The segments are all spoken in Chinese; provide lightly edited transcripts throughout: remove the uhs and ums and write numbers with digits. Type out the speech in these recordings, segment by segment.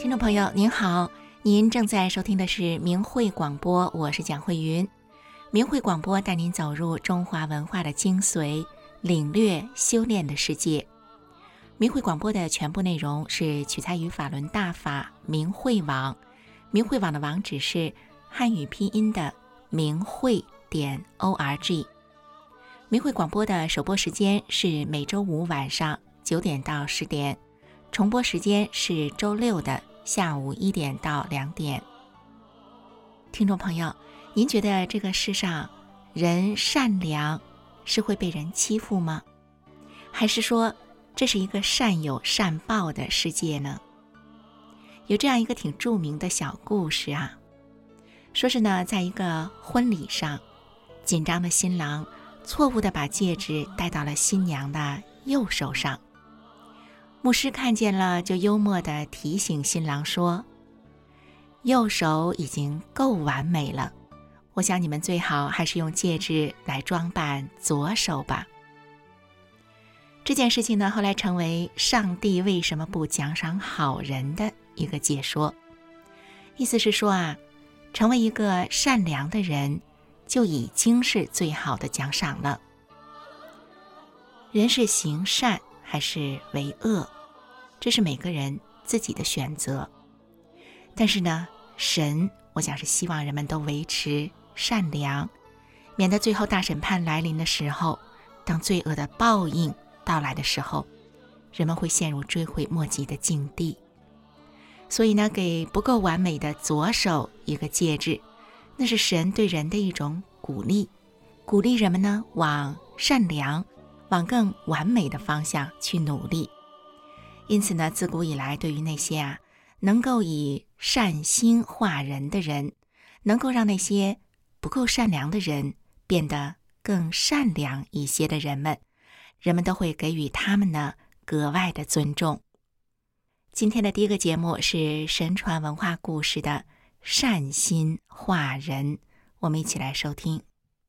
听众朋友您好，您正在收听的是明慧广播，我是蒋慧云。明慧广播带您走入中华文化的精髓，领略修炼的世界。明慧广播的全部内容是取材于法轮大法明慧网，明慧网的网址是汉语拼音的明慧.org。明慧广播的首播时间是每周五晚上9点到10点，重播时间是周六的下午1点到2点。听众朋友，您觉得这个世上人善良是会被人欺负吗？还是说这是一个善有善报的世界呢？有这样一个挺著名的小故事啊，说是呢，在一个婚礼上，紧张的新郎错误地把戒指戴到了新娘的右手上。牧师看见了，就幽默地提醒新郎说，右手已经够完美了，我想你们最好还是用戒指来装扮左手吧。这件事情呢，后来成为上帝为什么不奖赏好人的一个解说。意思是说啊，成为一个善良的人就已经是最好的奖赏了。人是行善还是为恶，这是每个人自己的选择。但是呢，神我想是希望人们都维持善良，免得最后大审判来临的时候，当罪恶的报应到来的时候，人们会陷入追悔莫及的境地。所以呢，给不够完美的左手一个戒指，那是神对人的一种鼓励，鼓励人们呢往善良、往更完美的方向去努力。因此呢，自古以来对于那些能够以善心化人的人，能够让那些不够善良的人变得更善良一些的人们都会给予他们呢格外的尊重。今天的第一个节目是神传文化故事的善心化人，我们一起来收听。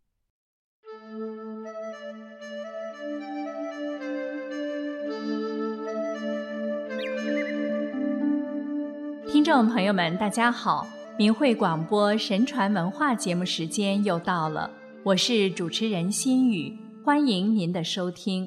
听众朋友们大家好，明慧广播神传文化节目时间又到了，我是主持人心雨，欢迎您的收听。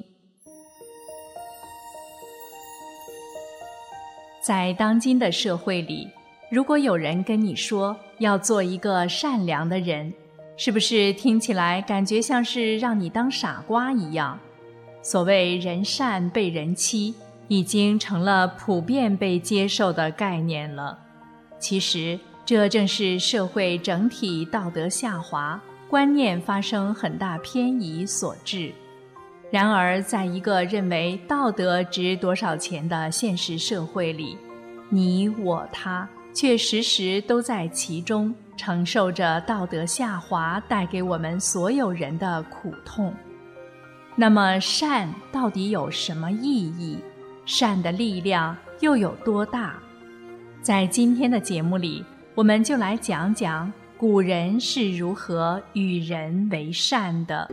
在当今的社会里，如果有人跟你说要做一个善良的人，是不是听起来感觉像是让你当傻瓜一样？所谓人善被人欺，已经成了普遍被接受的概念了。其实这正是社会整体道德下滑，观念发生很大偏移所致。然而在一个认为道德值多少钱的现实社会里，你我他却时时都在其中承受着道德下滑带给我们所有人的苦痛。那么善到底有什么意义？善的力量又有多大？在今天的节目里，我们就来讲讲古人是如何与人为善的。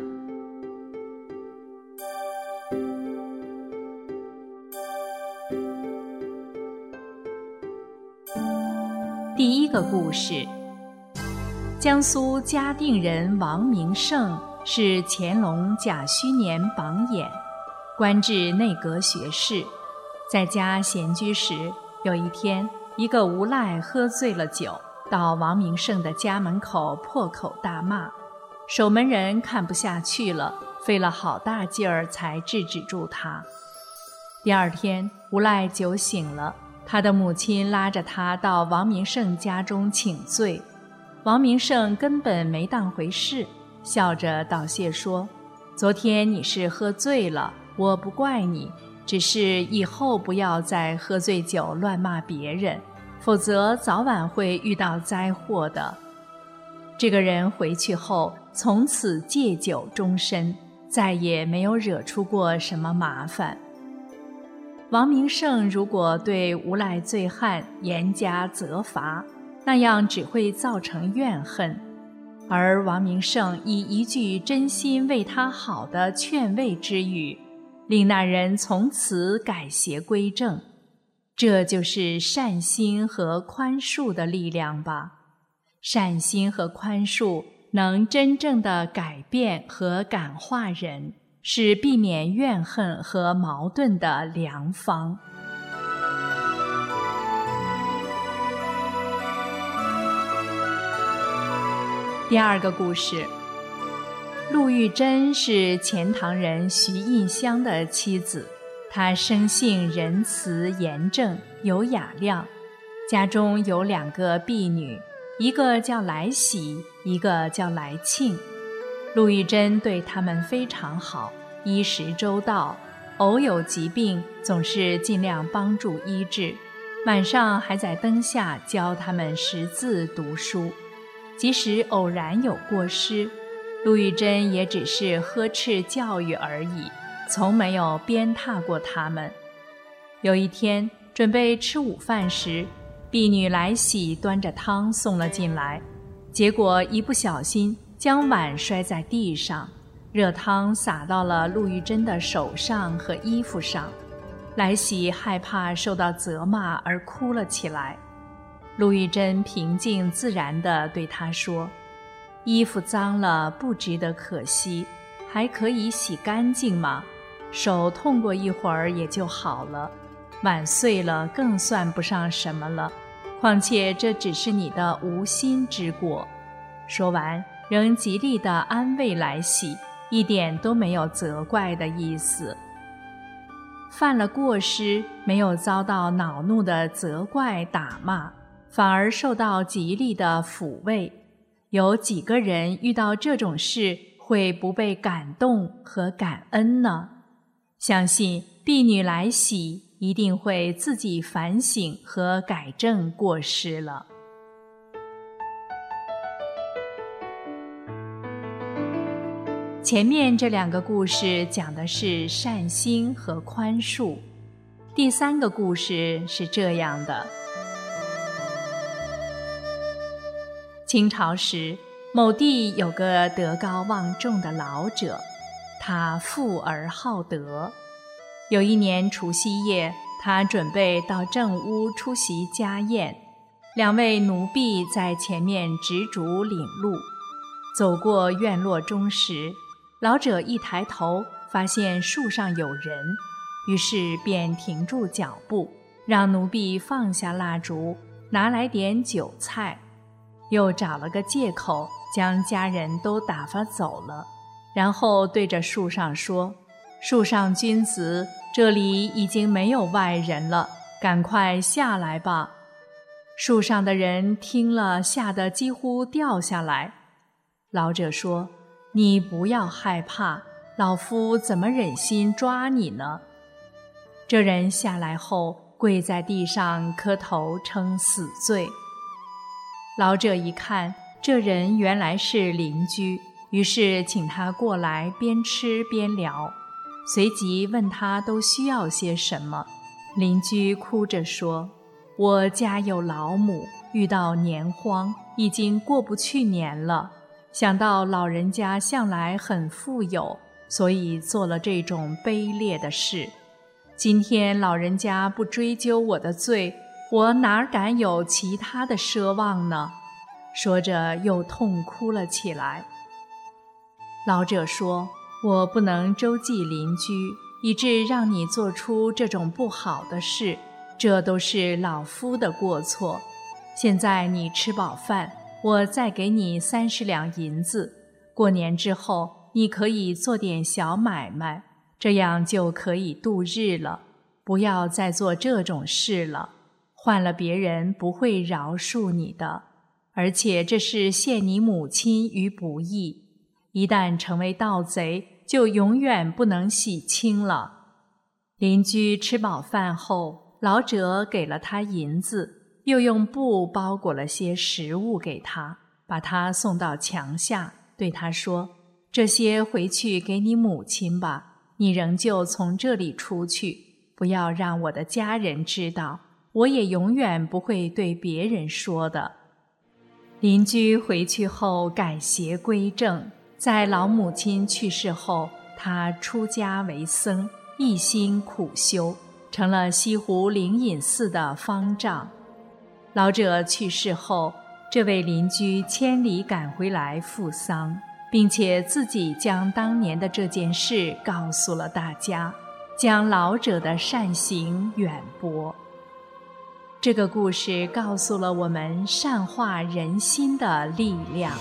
第一个故事，江苏嘉定人王明胜是乾隆甲戌年榜眼，官至内阁学士。在家闲居时，有一天，一个无赖喝醉了酒，到王明胜的家门口破口大骂，守门人看不下去了，费了好大劲儿才制止住他。第二天，无赖酒醒了，他的母亲拉着他到王明胜家中请罪。王明胜根本没当回事，笑着道谢说，昨天你是喝醉了，我不怪你，只是以后不要再喝醉酒乱骂别人，否则早晚会遇到灾祸的。这个人回去后，从此戒酒终身，再也没有惹出过什么麻烦。王明胜如果对无赖醉汉严加责罚，那样只会造成怨恨，而王明胜以一句真心为他好的劝慰之语，令那人从此改邪归正。 这就是善心和宽恕的力量吧。善心和宽恕能真正的改变和感化人，是避免怨恨和矛盾的良方。第二个故事，陆玉珍是钱塘人徐印香的妻子，她生性仁慈严正，有雅量，家中有2个婢女，一个叫来喜，一个叫来庆。陆玉珍对他们非常好，衣食周到，偶有疾病总是尽量帮助医治，晚上还在灯下教他们识字读书。即使偶然有过失，陆玉珍也只是呵斥教育而已，从没有鞭挞过他们。有一天准备吃午饭时，婢女来喜端着汤送了进来，结果一不小心将碗摔在地上，热汤洒到了陆玉珍的手上和衣服上。来喜害怕受到责骂而哭了起来。陆玉珍平静自然地对她说，衣服脏了不值得可惜，还可以洗干净吗？手痛过一会儿也就好了，碗碎了更算不上什么了，况且这只是你的无心之过。说完仍极力地安慰来喜，一点都没有责怪的意思。犯了过失，没有遭到恼怒的责怪打骂，反而受到极力的抚慰。有几个人遇到这种事会不被感动和感恩呢？相信婢女来喜一定会自己反省和改正过失了。前面这2个故事讲的是善心和宽恕，第3个故事是这样的。清朝时，某地有个德高望重的老者，他富而好德。有一年除夕夜，他准备到正屋出席家宴，2位奴婢在前面执烛领路。走过院落中时，老者一抬头发现树上有人，于是便停住脚步，让奴婢放下蜡烛，拿来点酒菜，又找了个借口将家人都打发走了，然后对着树上说，树上君子，这里已经没有外人了，赶快下来吧。树上的人听了，吓得几乎掉下来。老者说，你不要害怕，老夫怎么忍心抓你呢？这人下来后跪在地上磕头称死罪。老者一看，这人原来是邻居，于是请他过来边吃边聊，随即问他都需要些什么。邻居哭着说，我家有老母，遇到年荒，已经过不去年了，想到老人家向来很富有，所以做了这种卑劣的事。今天老人家不追究我的罪，我哪敢有其他的奢望呢？说着又痛哭了起来。老者说，我不能周济邻居，以致让你做出这种不好的事，这都是老夫的过错。现在你吃饱饭，我再给你30两银子，过年之后你可以做点小买卖，这样就可以度日了。不要再做这种事了，换了别人不会饶恕你的，而且这是陷你母亲于不义，一旦成为盗贼，就永远不能洗清了。邻居吃饱饭后，老者给了他银子，又用布包裹了些食物给他，把他送到墙下，对他说，这些回去给你母亲吧，你仍旧从这里出去，不要让我的家人知道，我也永远不会对别人说的。邻居回去后改邪归正，在老母亲去世后，他出家为僧，一心苦修， 成了西湖灵隐寺的方丈。老者去世后，这位邻居千里赶回来赴丧，并且自己将当年的这件事告诉了大家，将老者的善行远播。这个故事告诉了我们善化人心的力量。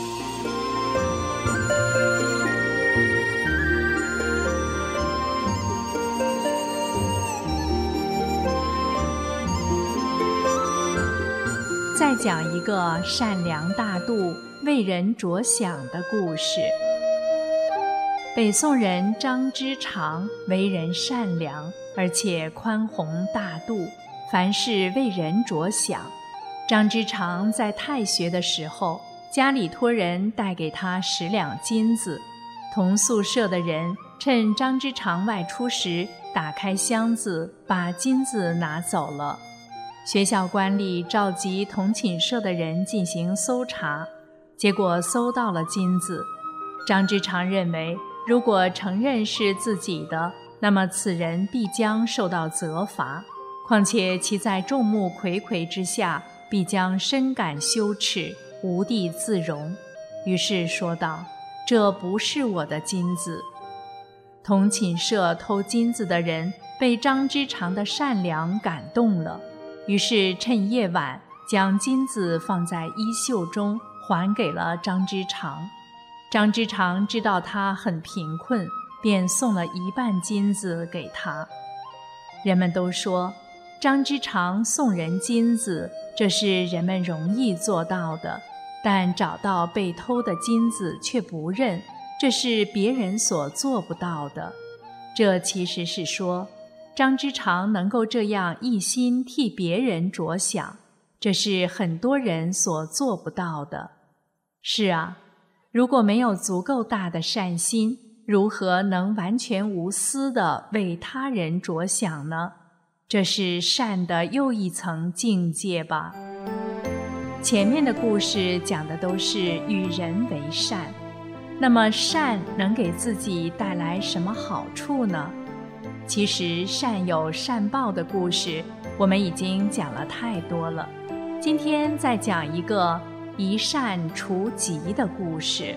再讲一个善良大度、为人着想的故事。北宋人张之常为人善良，而且宽宏大度，凡事为人着想。张之常在太学的时候，家里托人带给他10两金子，同宿舍的人趁张之常外出时，打开箱子，把金子拿走了。学校官吏召集同寝舍的人进行搜查，结果搜到了金子。张之常认为，如果承认是自己的，那么此人必将受到责罚，况且其在众目睽睽之下，必将深感羞耻，无地自容。于是说道：“这不是我的金子。”同寝舍偷金子的人被张之常的善良感动了，于是趁夜晚将金子放在衣袖中，还给了张之常。张之常知道他很贫困，便送了1半金子给他。人们都说，张之常送人金子，这是人们容易做到的，但找到被偷的金子却不认，这是别人所做不到的。这其实是说，张之常能够这样一心替别人着想，这是很多人所做不到的。是啊，如果没有足够大的善心，如何能完全无私地为他人着想呢？这是善的又一层境界吧。前面的故事讲的都是与人为善，那么善能给自己带来什么好处呢？其实善有善报的故事，我们已经讲了太多了。今天再讲一个一善除疾的故事。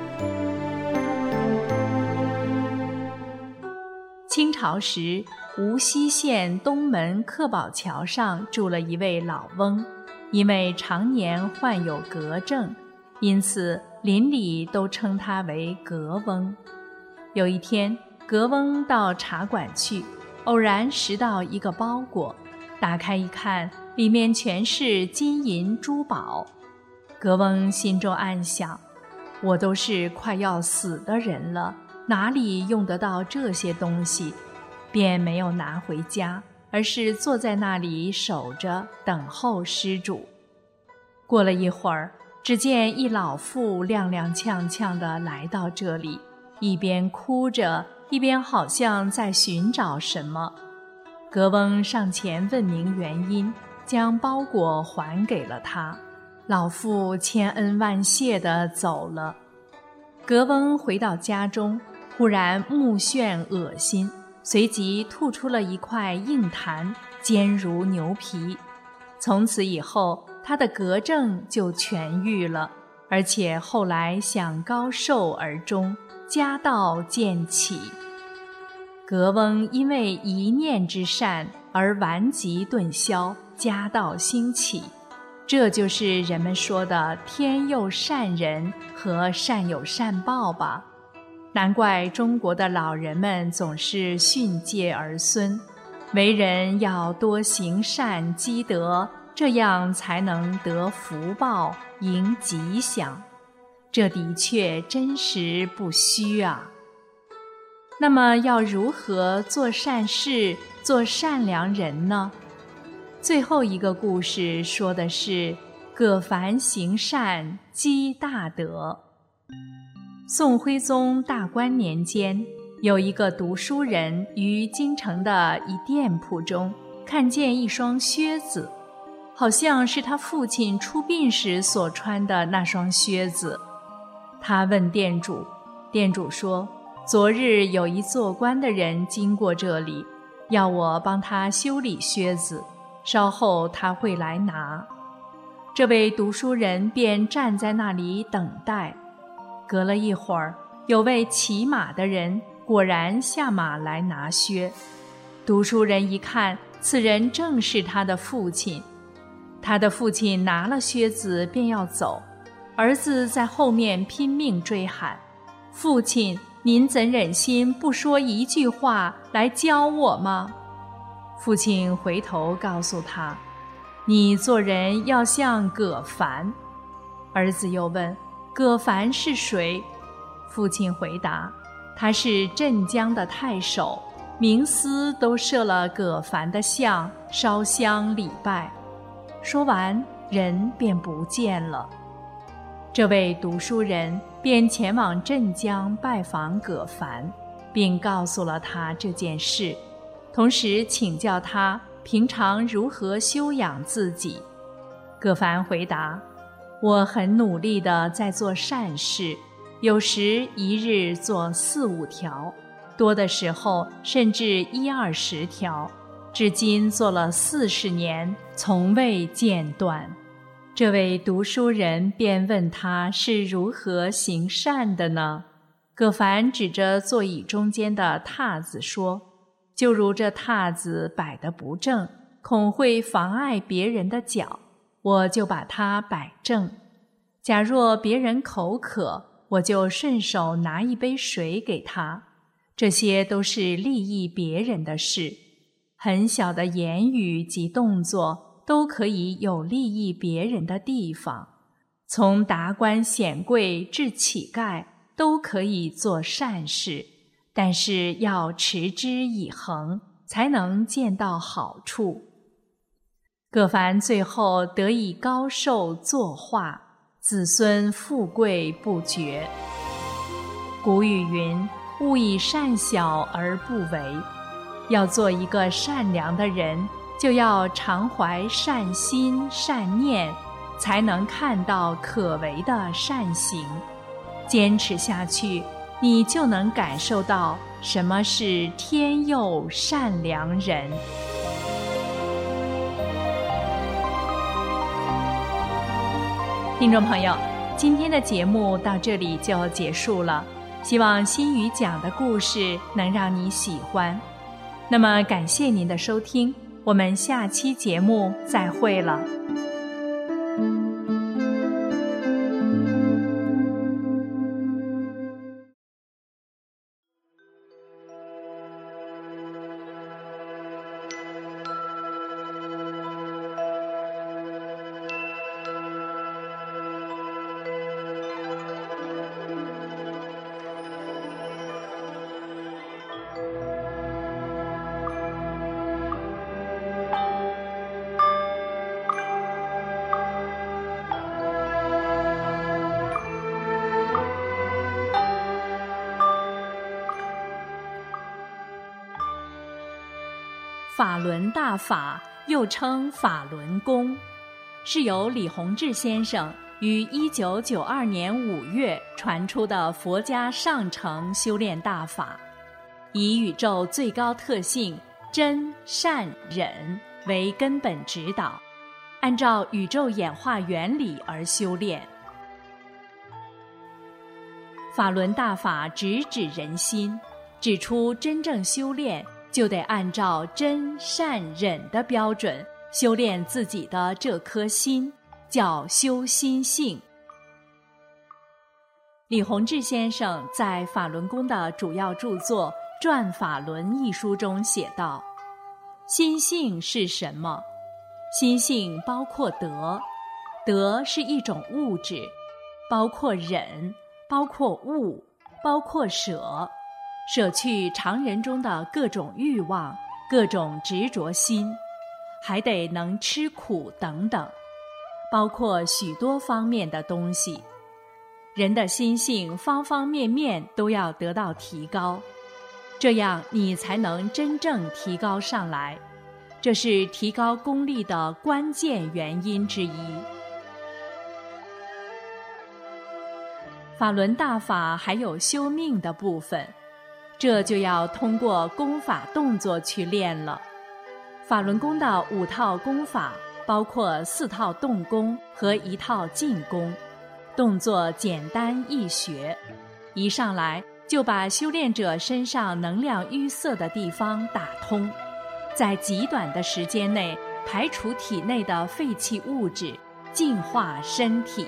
清朝时，无锡县东门克宝桥上住了一位老翁，因为常年患有嗝症，因此邻里都称他为嗝翁。有一天，嗝翁到茶馆去，偶然拾到一个包裹，打开一看，里面全是金银珠宝。嗝翁心中暗想，我都是快要死的人了，哪里用得到这些东西？便没有拿回家，而是坐在那里守着，等候施主。过了一会儿，只见一老妇踉踉跄跄地来到这里，一边哭着，一边好像在寻找什么。嗝翁上前问明原因，将包裹还给了他。老妇千恩万谢地走了。嗝翁回到家中，忽然目眩恶心，随即吐出了一块硬痰，坚如牛皮。从此以后，他的嗝症就痊愈了，而且后来享高寿而终，家道渐起。嗝翁因为一念之善而顽疾顿消，家道兴起。这就是人们说的天佑善人和善有善报吧。难怪中国的老人们总是训诫儿孙，为人要多行善积德，这样才能得福报，迎吉祥。这的确真实不虚啊。那么要如何做善事，做善良人呢？最后一个故事说的是葛凡行善积大德。宋徽宗大观年间，有一个读书人于京城的一店铺中看见一双靴子，好像是他父亲出殡时所穿的那双靴子。他问店主，店主说，昨日有一做官的人经过这里， 要我帮他修理靴子，稍后他会来拿。这位读书人便站在那里等待。隔了一会儿，有位骑马的人果然下马来拿靴。读书人一看，此人正是他的父亲。他的父亲拿了靴子便要走，儿子在后面拼命追喊：父亲，您怎忍心不说一句话来教我吗？父亲回头告诉他：你做人要像葛凡。儿子又问：葛凡是谁？父亲回答：他是镇江的太守，冥司都设了葛凡的像，烧香礼拜。说完，人便不见了。这位读书人便前往镇江拜访葛凡，并告诉了他这件事，同时请教他平常如何修养自己。葛凡回答：我很努力地在做善事，有时一日做4、5条，多的时候甚至10-20条，至今做了40年，从未间断。这位读书人便问他是如何行善的呢？葛凡指着座椅中间的榻子说：就如这榻子摆得不正，恐会妨碍别人的脚，我就把它摆正。假若别人口渴，我就顺手拿一杯水给他。这些都是利益别人的事。很小的言语及动作都可以有利益别人的地方，从达官显贵至乞丐都可以做善事，但是要持之以恒，才能见到好处。葛凡最后得以高寿作化，子孙富贵不绝。古语云：勿以善小而不为。要做一个善良的人，就要常怀善心善念，才能看到可为的善行。坚持下去，你就能感受到什么是天佑善良人。听众朋友，今天的节目到这里就结束了，希望心语讲的故事能让你喜欢。那么感谢您的收听，我们下期节目再会了。法轮大法又称法轮功，是由李洪志先生于1992年5月传出的佛家上乘修炼大法，以宇宙最高特性真善忍为根本指导，按照宇宙演化原理而修炼。法轮大法直指人心，指出真正修炼就得按照真善忍的标准修炼自己的这颗心，叫修心性。李洪志先生在法轮功的主要著作《转法轮》一书中写道：心性是什么？心性包括德，德是一种物质，包括忍，包括悟，包括舍，舍去常人中的各种欲望，各种执着心，还得能吃苦等等，包括许多方面的东西。人的心性方方面面都要得到提高，这样你才能真正提高上来，这是提高功力的关键原因之一。法轮大法还有修命的部分， 这就要通过功法动作去练了。法轮功的5套功法包括4套动功和1套静功，动作简单易学，一上来就把修炼者身上能量淤塞的地方打通，在极短的时间内排除体内的废弃物质，净化身体。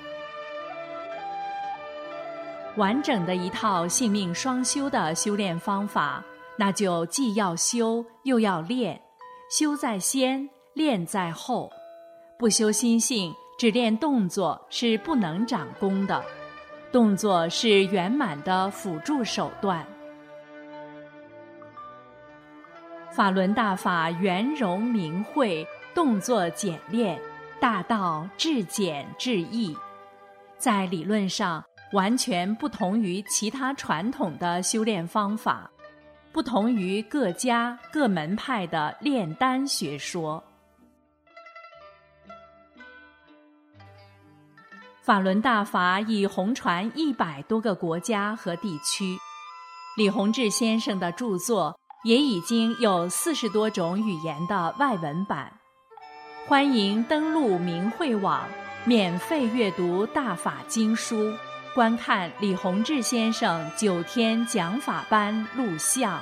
完整的一套性命双修的修炼方法，那就既要修又要练，修在先，练在后。不修心性，只练动作是不能长功的，动作是圆满的辅助手段。法轮大法圆融明慧，动作简练，大道至简至易，在理论上完全不同于其他传统的修炼方法，不同于各家各门派的炼丹学说。法轮大法已红传100多个国家和地区，李洪志先生的著作也已经有40多种语言的外文版。欢迎登录明慧网，免费阅读大法经书，观看李洪志先生9天讲法班录像。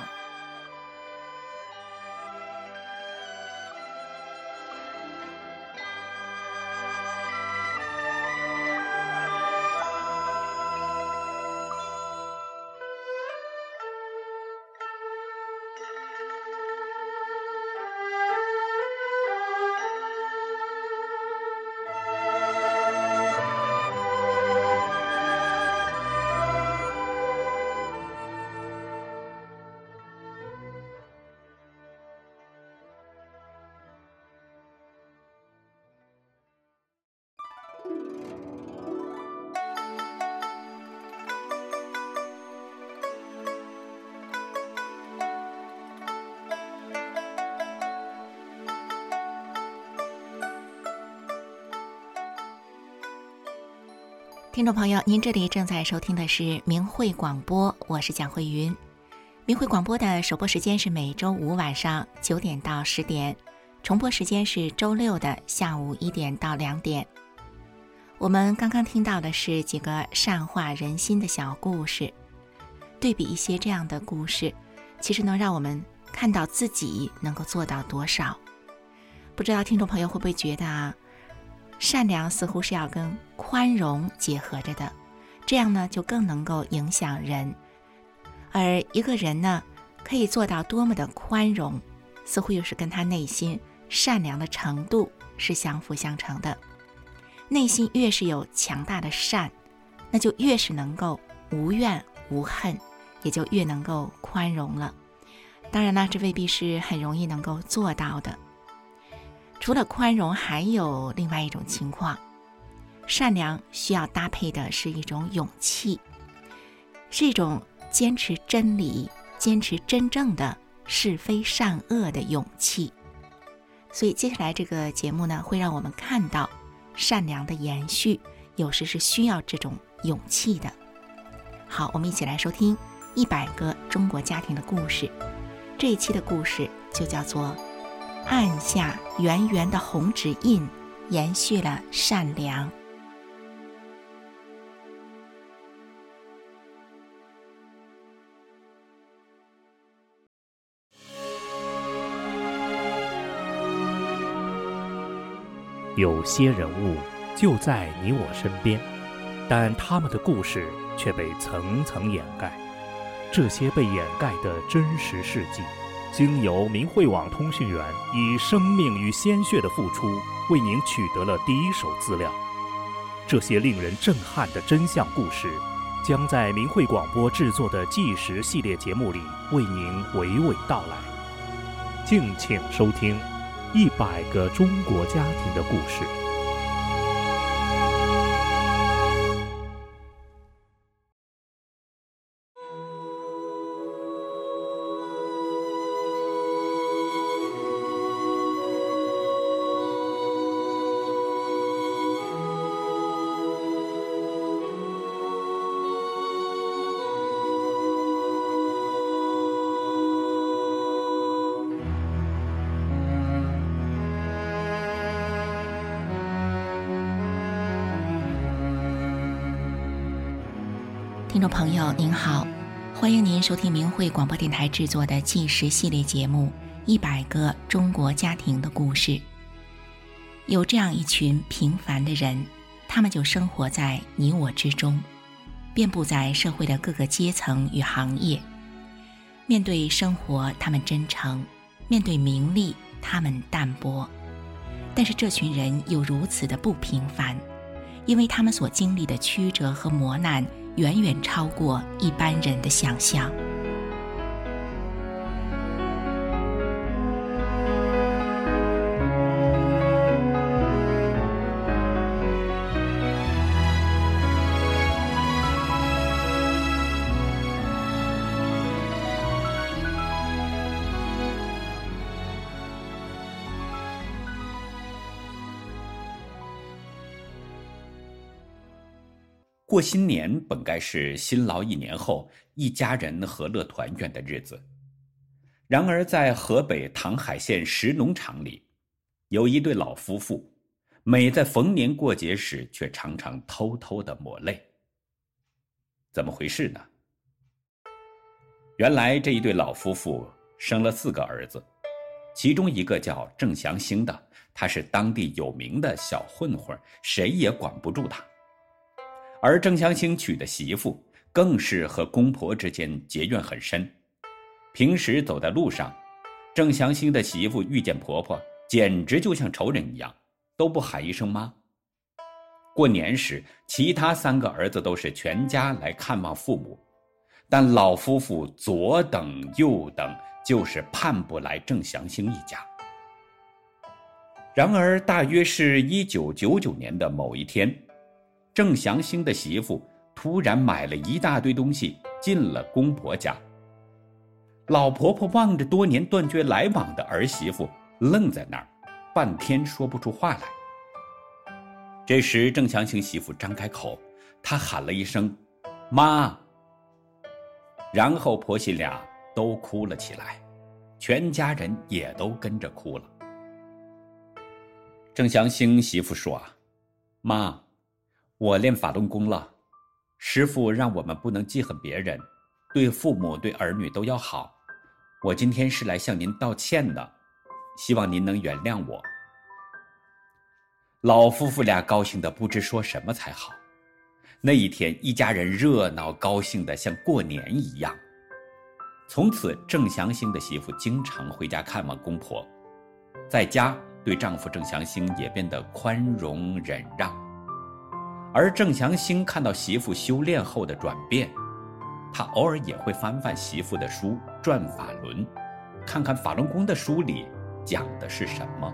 听众朋友，您这里正在收听的是明慧广播，我是蒋慧云。明慧广播的首播时间是每周5晚上9点到10点，重播时间是周6的下午1点到2点。我们刚刚听到的是几个善化人心的小故事，对比一些这样的故事，其实能让我们看到自己能够做到多少。不知道听众朋友会不会觉得善良似乎是要跟宽容结合着的，这样呢就更能够影响人。而一个人呢可以做到多么的宽容，似乎又是跟他内心善良的程度是相辅相成的。内心越是有强大的善，那就越是能够无怨无恨，也就越能够宽容了。当然了，这未必是很容易能够做到的。除了宽容，还有另外一种情况，善良需要搭配的是一种勇气，是一种坚持真理、坚持真正的是非善恶的勇气。所以接下来这个节目呢，会让我们看到善良的延续有时是需要这种勇气的。好，我们一起来收听100个中国家庭的故事。这一期的故事就叫做按下圆圆的红指印，延续了善良。 有些人物就在你我身边，但他们的故事却被层层掩盖。这些被掩盖的真实事迹，经由明慧网通讯员以生命与鲜血的付出，为您取得了第一手资料。这些令人震撼的真相故事，将在明慧广播制作的纪实系列节目里为您娓娓道来。敬请收听100个中国家庭的故事。 听众朋友您好，欢迎您收听明慧广播电台制作的纪实系列节目100个中国家庭的故事。有这样一群平凡的人，他们就生活在你我之中，遍布在社会的各个阶层与行业。面对生活他们真诚，面对名利他们淡薄。但是这群人又如此的不平凡，因为他们所经历的曲折和磨难远远超过一般人的想象。 过新年本该是辛劳一年后一家人和乐团圆的日子，然而在河北唐海县石农场里，有一对老夫妇，每在逢年过节时却常常偷偷地抹泪。怎么回事呢？原来这一对老夫妇生了4个儿子，其中一个叫郑祥兴的，他是当地有名的小混混，谁也管不住他。而郑祥兴娶的媳妇更是和公婆之间结怨很深，平时走在路上，郑祥兴的媳妇遇见婆婆简直就像仇人一样，都不喊一声妈。过年时，其他3个儿子都是全家来看望父母，但老夫妇左等右等，就是盼不来郑祥兴一家。然而大约是1999年的某一天，郑祥兴的媳妇突然买了一大堆东西进了公婆家。老婆婆望着多年断绝来往的儿媳妇，愣在那儿，半天说不出话来。这时郑祥兴媳妇张开口，她喊了一声妈，然后婆媳俩都哭了起来，全家人也都跟着哭了。郑祥兴媳妇说妈，我练法轮功了，师父让我们不能记恨别人，对父母对儿女都要好，我今天是来向您道歉的，希望您能原谅我。老夫妇俩高兴得不知说什么才好。那一天一家人热闹高兴得像过年一样。从此郑祥兴的媳妇经常回家看望公婆，在家对丈夫郑祥兴也变得宽容忍让。而郑祥兴看到媳妇修炼后的转变，他偶尔也会翻翻媳妇的书转法轮，看看法轮功的书里讲的是什么。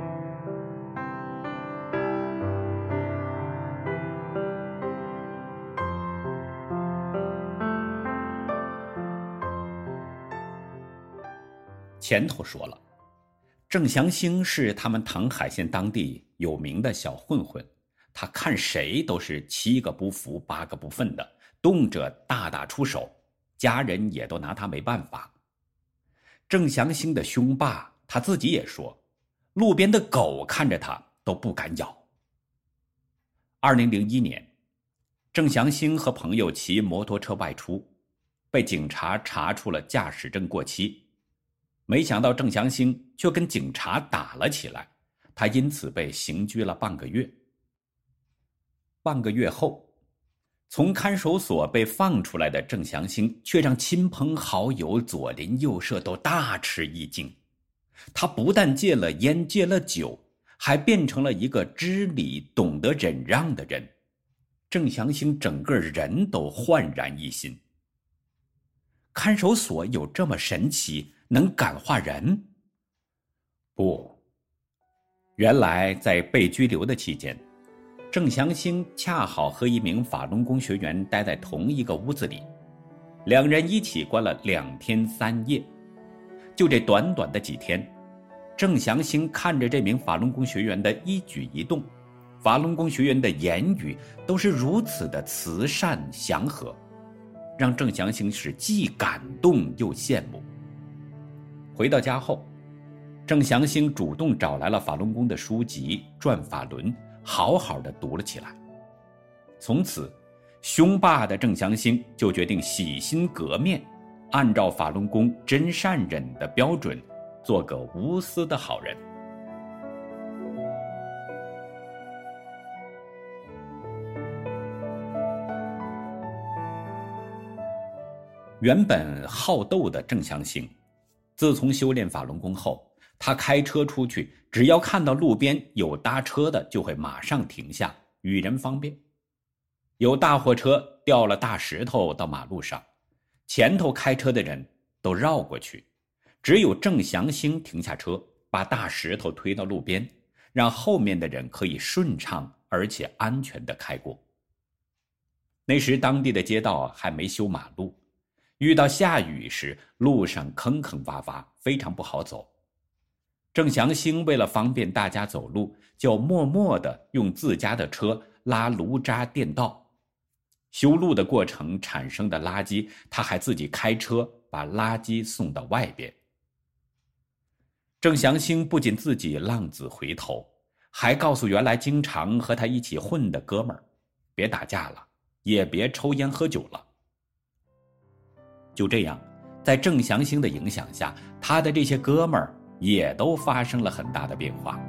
前头说了，郑祥兴是他们唐海县当地有名的小混混，他看谁都是7个不服8个不忿的，动辄大打出手，家人也都拿他没办法。郑祥兴的凶霸他自己也说，路边的狗看着他都不敢咬。2001年，郑祥兴和朋友骑摩托车外出，被警察查出了驾驶证过期，没想到郑祥兴却跟警察打了起来，他因此被刑拘了半个月。半个月后，从看守所被放出来的郑祥兴却让亲朋好友左邻右舍都大吃一惊。他不但戒了烟戒了酒，还变成了一个知理懂得忍让的人。郑祥兴整个人都焕然一新。看守所有这么神奇，能感化人？不，原来在被拘留的期间，郑祥兴恰好和一名法轮功学员待在同一个屋子里，2人一起关了2天3夜。就这短短的几天，郑祥兴看着这名法轮功学员的一举一动，法轮功学员的言语都是如此的慈善祥和，让郑祥兴是既感动又羡慕。回到家后，郑祥兴主动找来了法轮功的书籍《转法轮》，好好的读了起来。从此， 凶霸的郑祥兴就决定洗心革面，按照法轮功真善忍的标准，做个无私的好人。原本好斗的郑祥兴，自从修炼法轮功后，他开车出去，只要看到路边有搭车的，就会马上停下，与人方便。有大货车掉了大石头到马路上，前头开车的人都绕过去，只有郑祥兴停下车，把大石头推到路边，让后面的人可以顺畅而且安全地开过。那时当地的街道还没修马路，遇到下雨时，路上坑坑洼洼，非常不好走。郑祥兴为了方便大家走路，就默默地用自家的车拉炉渣垫道。修路的过程产生的垃圾，他还自己开车把垃圾送到外边。郑祥兴不仅自己浪子回头，还告诉原来经常和他一起混的哥们儿，别打架了，也别抽烟喝酒了。就这样，在郑祥兴的影响下，他的这些哥们儿也都发生了很大的变化。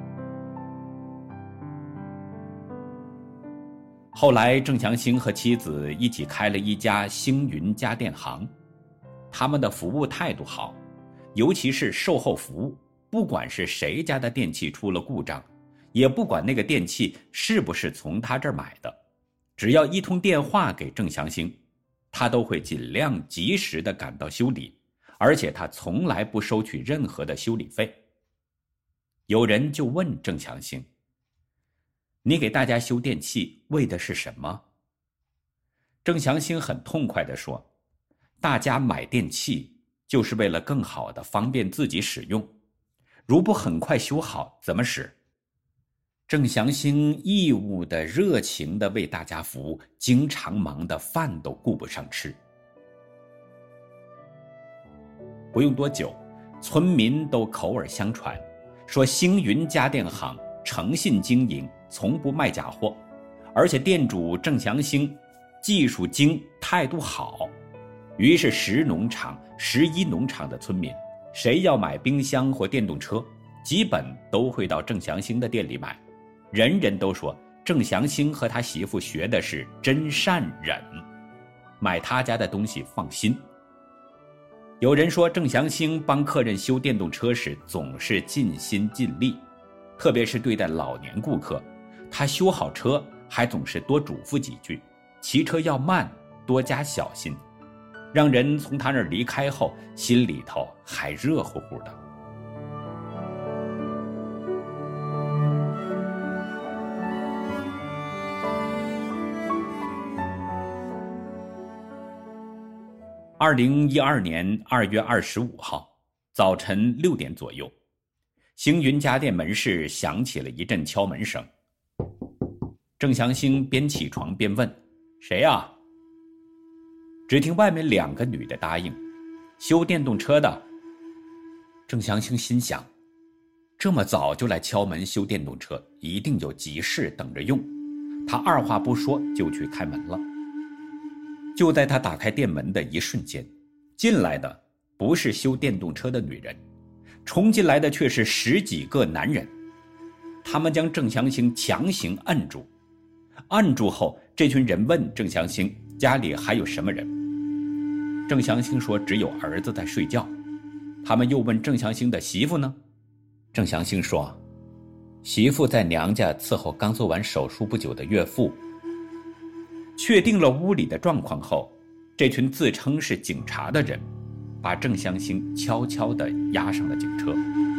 后来郑祥兴和妻子一起开了一家星云家电行，他们的服务态度好，尤其是售后服务，不管是谁家的电器出了故障，也不管那个电器是不是从他这儿买的，只要一通电话给郑祥兴，他都会尽量及时地赶到修理，而且他从来不收取任何的修理费。有人就问郑祥兴，你给大家修电器为的是什么？郑祥兴很痛快地说，大家买电器就是为了更好地方便自己使用，如不很快修好怎么使？郑祥兴义务的、热情的为大家服务，经常忙得饭都顾不上吃。不用多久，村民都口耳相传，说星云家电行诚信经营，从不卖假货，而且店主郑祥兴技术精，态度好。于是10农场、11农场的村民，谁要买冰箱或电动车，基本都会到郑祥兴的店里买。人人都说郑祥兴和他媳妇学的是真善忍，买他家的东西放心。有人说郑祥兴帮客人修电动车时总是尽心尽力，特别是对待老年顾客，他修好车还总是多嘱咐几句，骑车要慢，多加小心，让人从他那儿离开后心里头还热乎乎的。2012年2月25号早晨6点左右，星云家电门市响起了一阵敲门声。郑祥兴边起床边问，谁呀？只听外面2个女的答应，修电动车的。郑祥兴心想，这么早就来敲门修电动车，一定有急事等着用。他二话不说就去开门了。就在他打开店门的一瞬间，进来的不是修电动车的女人，冲进来的却是10几个男人。他们将郑祥兴强行摁住，按住后，这群人问郑祥兴家里还有什么人。郑祥兴说只有儿子在睡觉。他们又问郑祥兴的媳妇呢？郑祥兴说，媳妇在娘家伺候刚做完手术不久的岳父。确定了屋里的状况后，这群自称是警察的人把郑祥兴悄悄地押上了警车。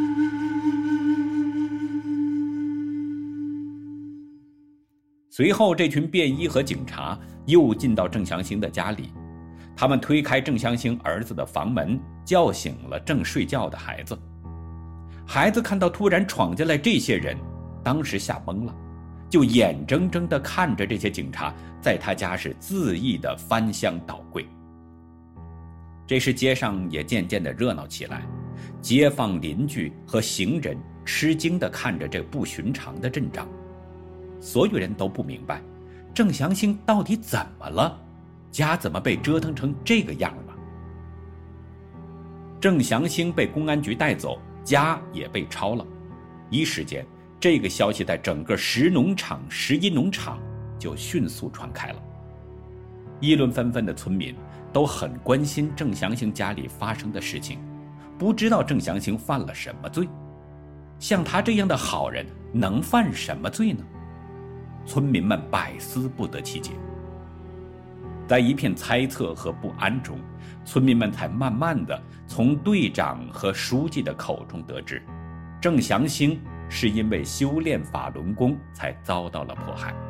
随后这群便衣和警察又进到郑祥兴的家里，他们推开郑祥兴儿子的房门，叫醒了正睡觉的孩子。孩子看到突然闯进来这些人，当时吓懵了，就眼睁睁地看着这些警察在他家是恣意地翻箱倒柜。这时街上也渐渐地热闹起来，街坊邻居和行人吃惊地看着这不寻常的阵仗。所有人都不明白， 郑祥兴到底怎么了？家怎么被折腾成这个样了？郑祥兴被公安局带走，家也被抄了。一时间，这个消息在整个石农场、石一农场就迅速传开了。议论纷纷的村民都很关心郑祥兴家里发生的事情，不知道郑祥兴犯了什么罪。像他这样的好人能犯什么罪呢？村民们百思不得其解。在一片猜测和不安中，村民们才慢慢地从队长和书记的口中得知，郑祥兴是因为修炼法轮功才遭到了迫害。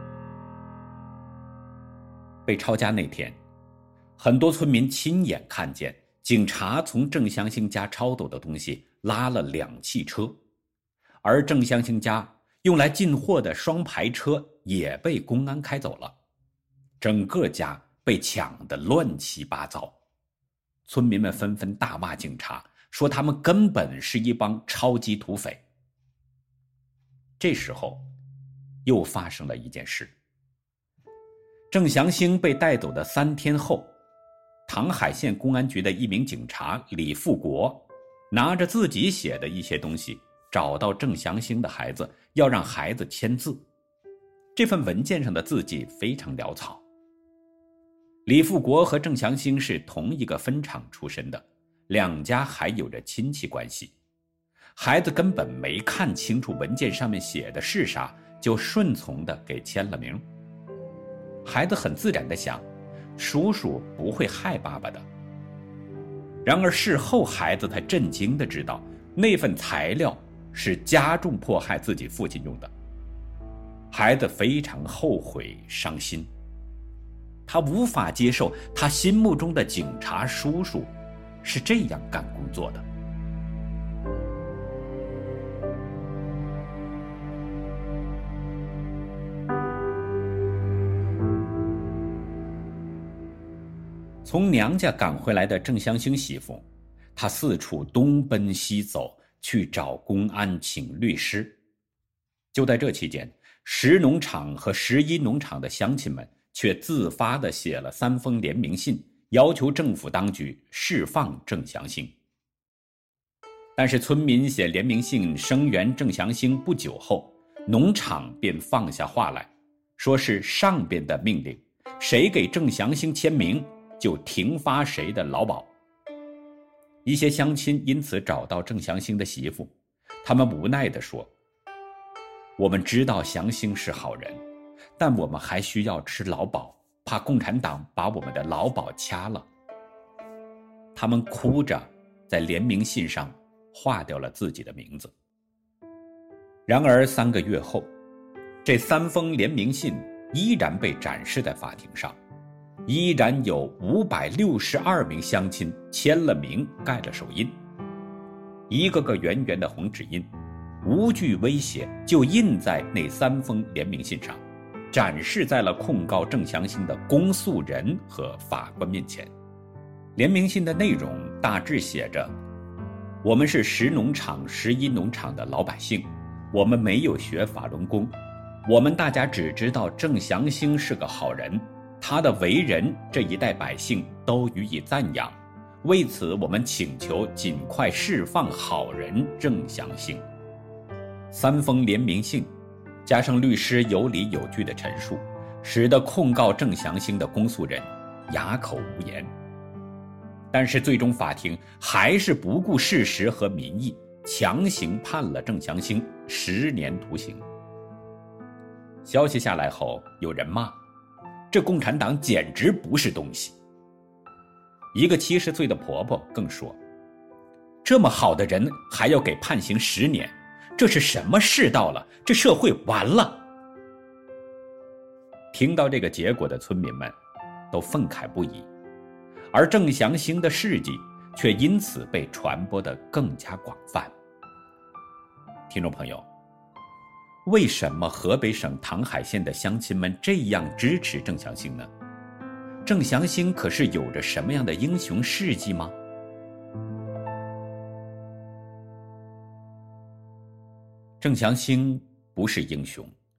被抄家那天，很多村民亲眼看见警察从郑祥兴家抄走的东西拉了2汽车，而郑祥兴家用来进货的双排车也被公安开走了，整个家被抢得乱七八糟。村民们纷纷大骂警察，说他们根本是一帮超级土匪。这时候又发生了一件事。郑祥兴被带走的3天后，唐海县公安局的一名警察李富国拿着自己写的一些东西找到郑祥兴的孩子，要让孩子签字。这份文件上的字迹非常潦草。李富国和郑祥兴是同一个分厂出身的，两家还有着亲戚关系。孩子根本没看清楚文件上面写的是啥，就顺从地给签了名。孩子很自然地想，叔叔不会害爸爸的。然而事后孩子才震惊地知道，那份材料是加重迫害自己父亲用的。孩子非常后悔伤心，他无法接受他心目中的警察叔叔是这样干工作的。从娘家赶回来的郑祥兴媳妇，她四处东奔西走，去找公安请律师。就在这期间，石农场和石一农场的乡亲们却自发地写了3封联名信，要求政府当局释放郑祥兴。但是村民写联名信声援郑祥兴不久后，农场便放下话来，说是上边的命令，谁给郑祥兴签名就停发谁的劳保。一些乡亲因此找到郑祥兴的媳妇，他们无奈地说，我们知道祥兴是好人，但我们还需要吃劳保，怕共产党把我们的劳保掐了。他们哭着在联名信上划掉了自己的名字。然而3个月后，这3封联名信依然被展示在法庭上，依然有562名乡亲签了名，盖了手印，一个个圆圆的红指印，无惧威胁就印在那3封联名信上，展示在了控告郑祥兴的公诉人和法官面前。联名信的内容大致写着，我们是石农场、石一农场的老百姓，我们没有学法轮功，我们大家只知道郑祥兴是个好人，他的为人这一代百姓都予以赞扬，为此我们请求尽快释放好人郑祥兴。3封联名信加上律师有理有据的陈述，使得控告郑祥兴的公诉人哑口无言。但是最终法庭还是不顾事实和民意，强行判了郑祥兴10年徒刑。消息下来后，有人骂，这共产党简直不是东西。一个70岁的婆婆更说，这么好的人还要给判刑10年，这是什么世道了？这社会完了。听到这个结果的村民们都愤慨不已，而郑祥兴的事迹却因此被传播得更加广泛。听众朋友，为什么河北省唐海县的乡亲们这样支持郑祥兴呢？郑祥兴可是有着什么样的英雄事迹吗？郑祥兴不是英雄，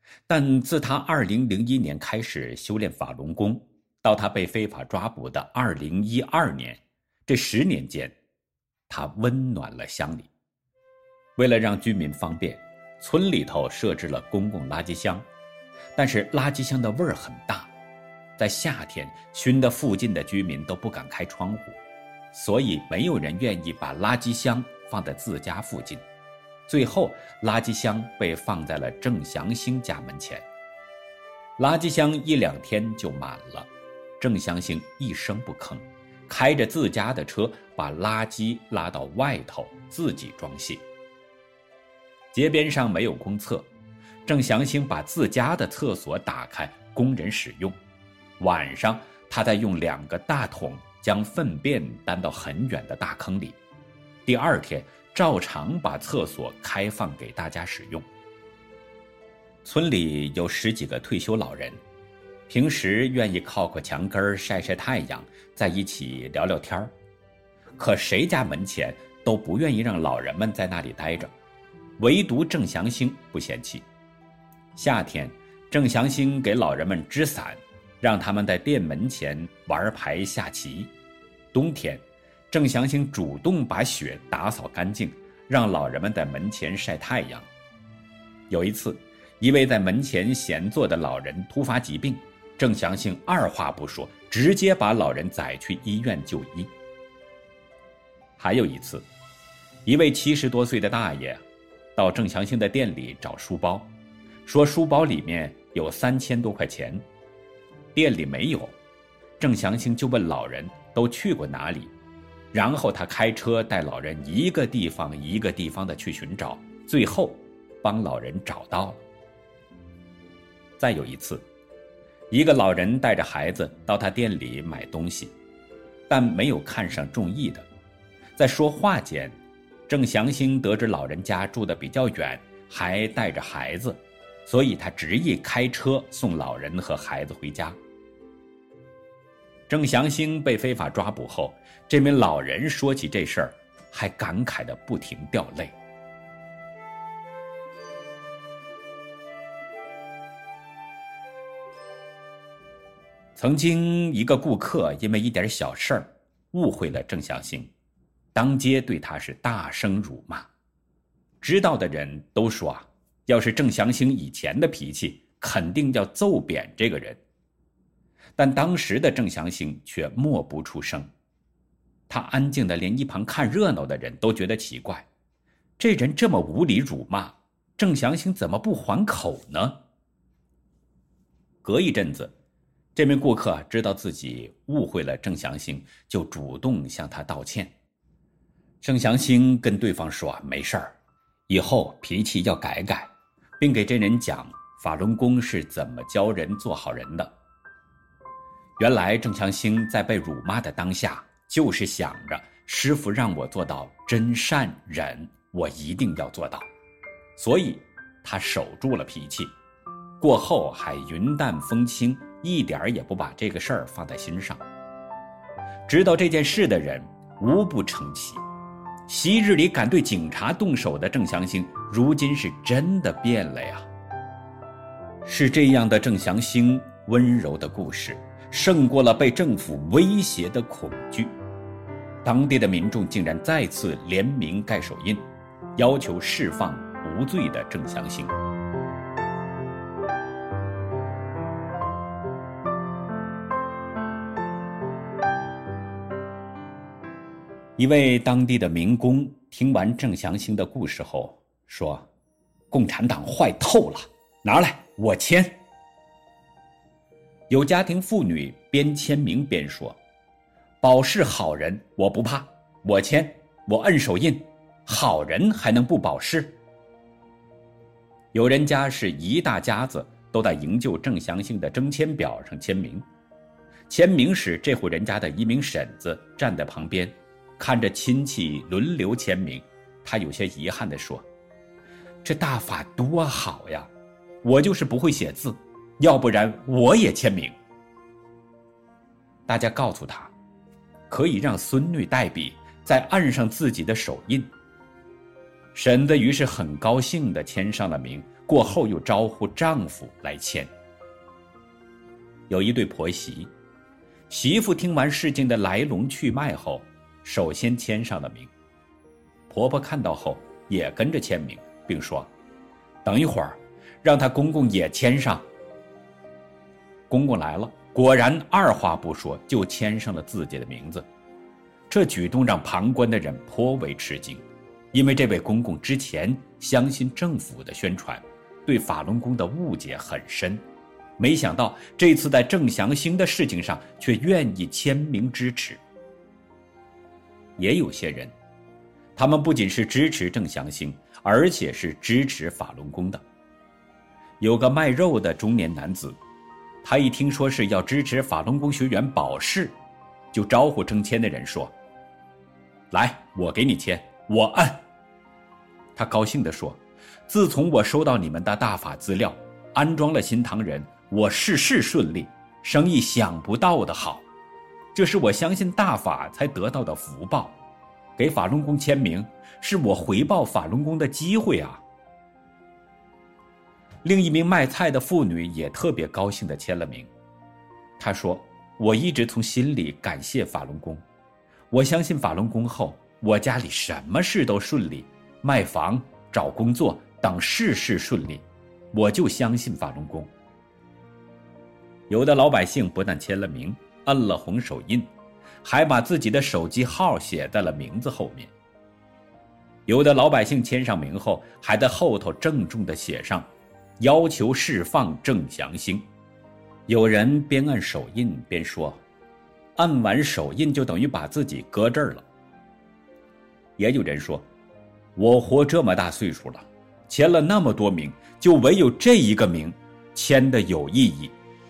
但自他2001年开始修炼法轮功，到他被非法抓捕的2012年，这10年间，他温暖了乡里。为了让居民方便，村里头设置了公共垃圾箱，但是垃圾箱的味儿很大，在夏天熏得附近的居民都不敢开窗户，所以没有人愿意把垃圾箱放在自家附近。最后垃圾箱被放在了郑祥兴家门前。垃圾箱1、2天就满了，郑祥兴一声不吭，开着自家的车把垃圾拉到外头自己装卸。街边上没有公厕，郑祥兴把自家的厕所打开供人使用，晚上他再用2个大桶将粪便担到很远的大坑里，第2天照常把厕所开放给大家使用。村里有10几个退休老人，平时愿意靠墙根晒晒太阳，在一起聊聊天，可谁家门前都不愿意让老人们在那里待着，唯独郑祥兴不嫌弃。夏天，郑祥兴给老人们支伞，让他们在店门前玩牌下棋。冬天，郑祥兴主动把雪打扫干净，让老人们在门前晒太阳。有一次，一位在门前闲坐的老人突发疾病，郑祥兴二话不说，直接把老人载去医院就医。还有一次，一位70多岁的大爷到郑祥兴的店里找书包，说书包里面有3000多块钱，店里没有。郑祥兴就问老人都去过哪里，然后他开车带老人一个地方一个地方的去寻找，最后帮老人找到了。再有一次，一个老人带着孩子到他店里买东西，但没有看上中意的。在说话间，郑祥兴得知老人家住得比较远，还带着孩子，所以他执意开车送老人和孩子回家。郑祥兴被非法抓捕后，这名老人说起这事儿，还感慨得不停掉泪。曾经一个顾客因为一点小事儿误会了郑祥兴，当街对他是大声辱骂。知道的人都说啊，要是郑祥兴以前的脾气，肯定要揍扁这个人。但当时的郑祥兴却默不出声，他安静的连一旁看热闹的人都觉得奇怪，这人这么无理辱骂，郑祥兴怎么不还口呢？隔一阵子，这名顾客知道自己误会了郑祥兴，就主动向他道歉。郑祥兴跟对方说没事儿，以后脾气要改改，并给这人讲法轮功是怎么教人做好人的。原来郑祥兴在被辱骂的当下，就是想着师父让我做到真善忍，我一定要做到，所以他守住了脾气，过后还云淡风轻，一点也不把这个事儿放在心上。知道这件事的人无不称奇，昔日里敢对警察动手的郑祥兴，如今是真的变了呀。是这样的郑祥兴温柔的故事，胜过了被政府威胁的恐惧。当地的民众竟然再次联名盖手印，要求释放无罪的郑祥兴。一位当地的民工听完郑祥兴的故事后说：“共产党坏透了，拿来我签。”有家庭妇女边签名边说：“保释好人我不怕，我签，我摁手印，好人还能不保释？”有人家是一大家子都在营救郑祥兴的征签表上签名，签名时这户人家的一名婶子站在旁边，看着亲戚轮流签名，他有些遗憾地说：“这大法多好呀，我就是不会写字，要不然我也签名。”大家告诉他，可以让孙女代笔，再按上自己的手印。婶子于是很高兴地签上了名， 过后又招呼丈夫来签。有一对婆媳，媳妇听完事情的来龙去脉后，首先签上了名。婆婆看到后也跟着签名，并说：“等一会儿，让她公公也签上。”公公来了，果然二话不说就签上了自己的名字。这举动让旁观的人颇为吃惊，因为这位公公之前相信政府的宣传，对法轮功的误解很深，没想到这次在郑祥兴的事情上却愿意签名支持。也有些人，他们不仅是支持郑祥兴，而且是支持法轮功的。有个卖肉的中年男子，他一听说是要支持法轮功学员保释，就招呼征签的人说：“来，我给你签，我按。”他高兴地说：“自从我收到你们的大法资料，安装了新唐人，我事事顺利，生意想不到的好，这是我相信大法才得到的福报。给法轮功签名，是我回报法轮功的机会啊。”另一名卖菜的妇女也特别高兴地签了名。她说：“我一直从心里感谢法轮功，我相信法轮功后，我家里什么事都顺利，卖房、找工作等事事顺利，我就相信法轮功。”有的老百姓不但签了名，摁了红手印，还把自己的手机号写在了名字后面。有的老百姓签上名后，还在后头郑重地写上要求释放郑祥兴。有人边按手印边说：“按完手印就等于把自己搁这儿了。”也有人说：“我活这么大岁数了，签了那么多名，就唯有这一个名签的有意义。”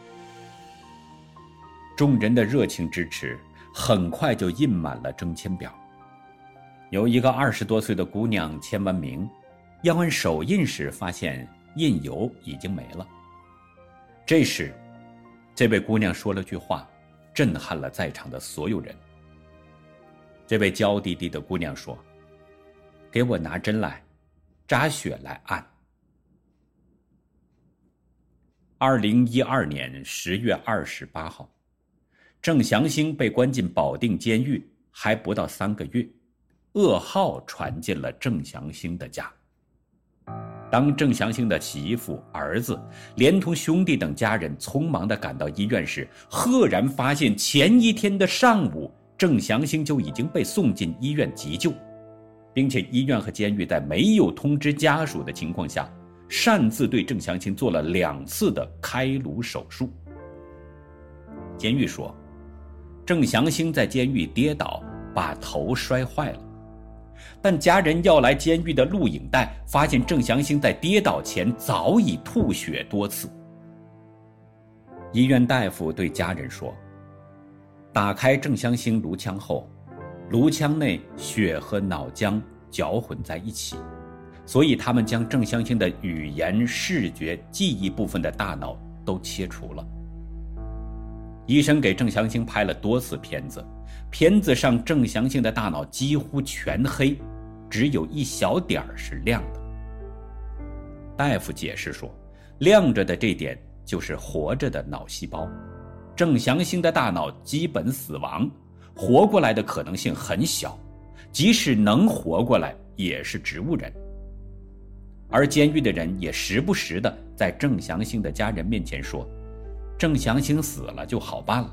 众人的热情支持很快就印满了征签表。有一个20多岁的姑娘签完名，要按手印时发现印油已经没了。这时，这位姑娘说了句话，震撼了在场的所有人。这位娇滴滴的姑娘说：“给我拿针来，扎血来按。”2012年10月28号，郑祥兴被关进保定监狱还不到3个月，噩耗传进了郑祥兴的家。当郑祥兴的媳妇、儿子连同兄弟等家人匆忙地赶到医院时，赫然发现前一天的上午，郑祥兴就已经被送进医院急救，并且医院和监狱在没有通知家属的情况下，擅自对郑祥兴做了2次的开颅手术。监狱说，郑祥兴在监狱跌倒，把头摔坏了。但家人要来监狱的录影带，发现郑祥兴在跌倒前早已吐血多次。医院大夫对家人说，打开郑祥兴颅腔后，颅腔内血和脑浆搅混在一起，所以他们将郑祥兴的语言、视觉、记忆部分的大脑都切除了。医生给郑祥兴拍了多次片子，片子上郑祥兴的大脑几乎全黑，只有一小点是亮的。大夫解释说，亮着的这点就是活着的脑细胞。郑祥兴的大脑基本死亡，活过来的可能性很小，即使能活过来也是植物人。而监狱的人也时不时地在郑祥兴的家人面前说，郑祥兴死了就好办了。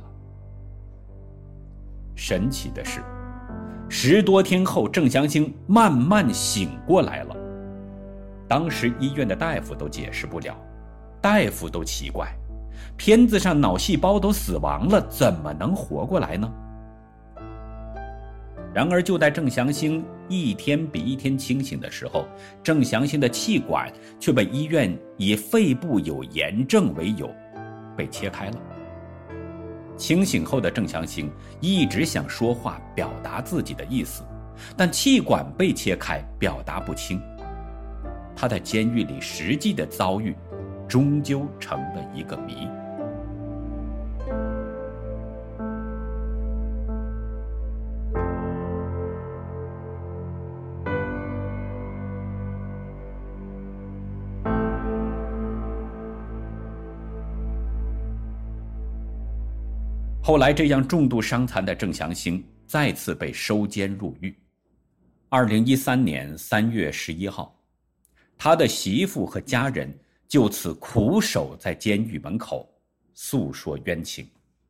神奇的是，10多天后，郑祥兴慢慢醒过来了。当时医院的大夫都解释不了，大夫都奇怪，片子上脑细胞都死亡了，怎么能活过来呢？然而就在郑祥兴一天比一天清醒的时候，郑祥兴的气管却被医院以肺部有炎症为由被切开了。清醒后的郑祥兴一直想说话表达自己的意思，但气管被切开表达不清。他在监狱里实际的遭遇终究成了一个谜。 后来这样重度伤残的郑祥兴再次被收监入狱。2013年3月11号，他的媳妇和家人就此苦守在监狱门口，诉说冤情。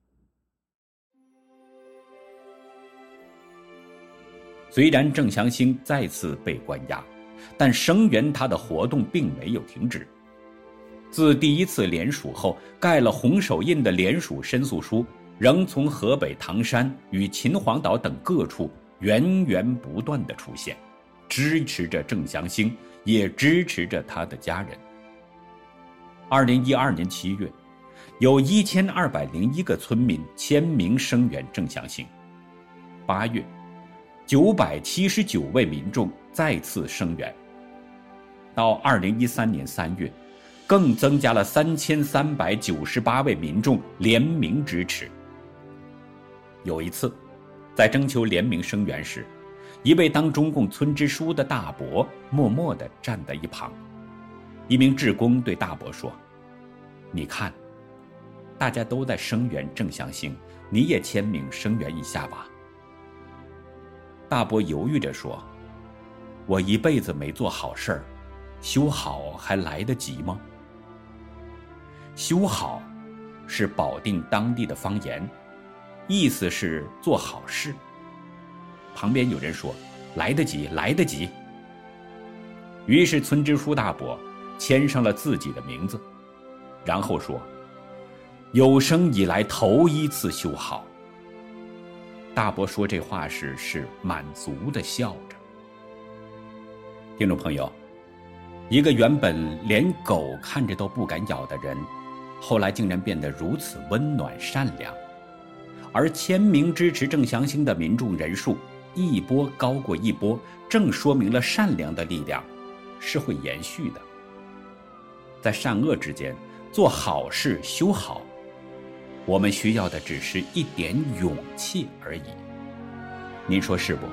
虽然郑祥兴再次被关押，但声援他的活动并没有停止。自第一次联署后，盖了红手印的联署申诉书仍从河北唐山与秦皇岛等各处源源不断地出现，支持着郑祥兴，也支持着他的家人。2012年7月，有1201个村民签名声援郑祥兴。8月，979位民众再次声援。到2013年3月，更增加了3398位民众联名支持。有一次，在征求联名声援时，一位当中共村支书的大伯默默地站在一旁。一名志工对大伯说：“你看，大家都在声援郑祥兴，你也签名声援一下吧。”大伯犹豫着说：“我一辈子没做好事儿，修好还来得及吗？”修好是保定当地的方言，意思是做好事。旁边有人说：“来得及，来得及。”于是村支书大伯签上了自己的名字，然后说：“有生以来头一次修好。”大伯说这话时是满足地笑着。听众朋友，一个原本连狗看着都不敢咬的人，后来竟然变得如此温暖善良，而签名支持郑祥兴的民众人数一波高过一波，正说明了善良的力量是会延续的。在善恶之间做好事修好，我们需要的只是一点勇气而已。您说是不？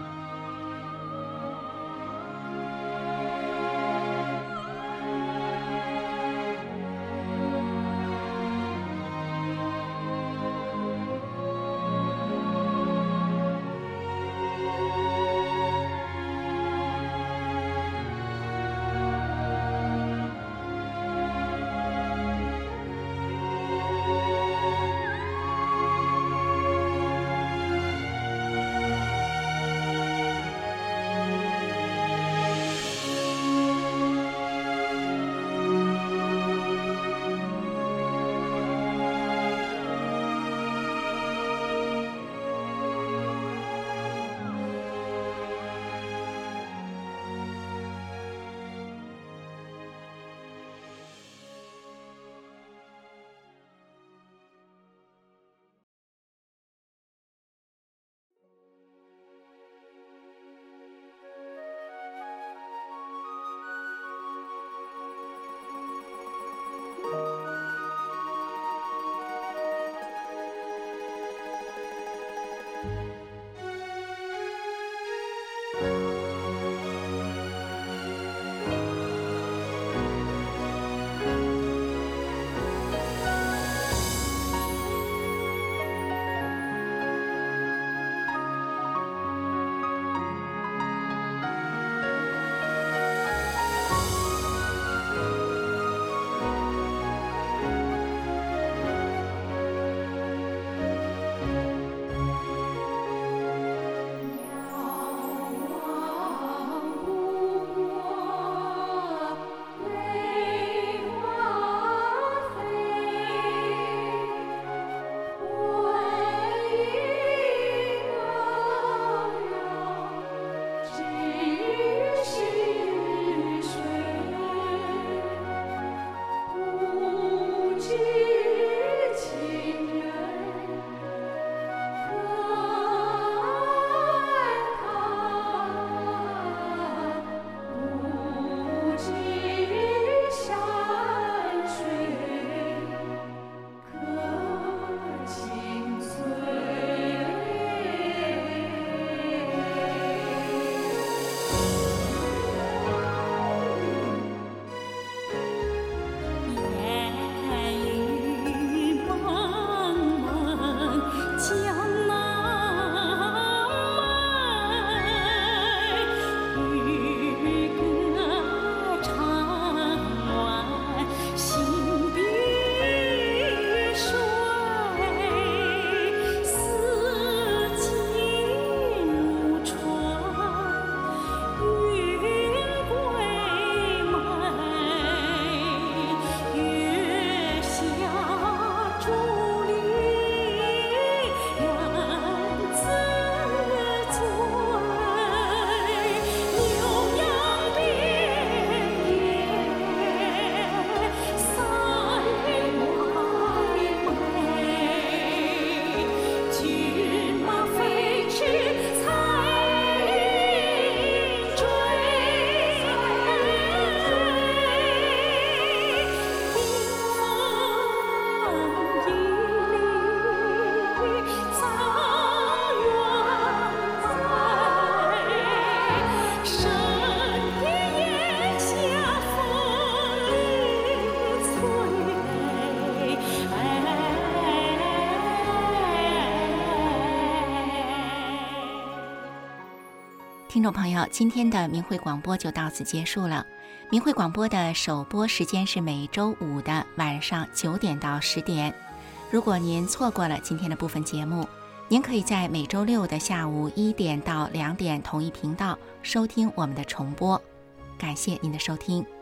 听众朋友，今天的明慧广播就到此结束了。明慧广播的首播时间是每周五的晚上9点到10点。如果您错过了今天的部分节目，您可以在每周六的下午1点到2点同一频道收听我们的重播。感谢您的收听。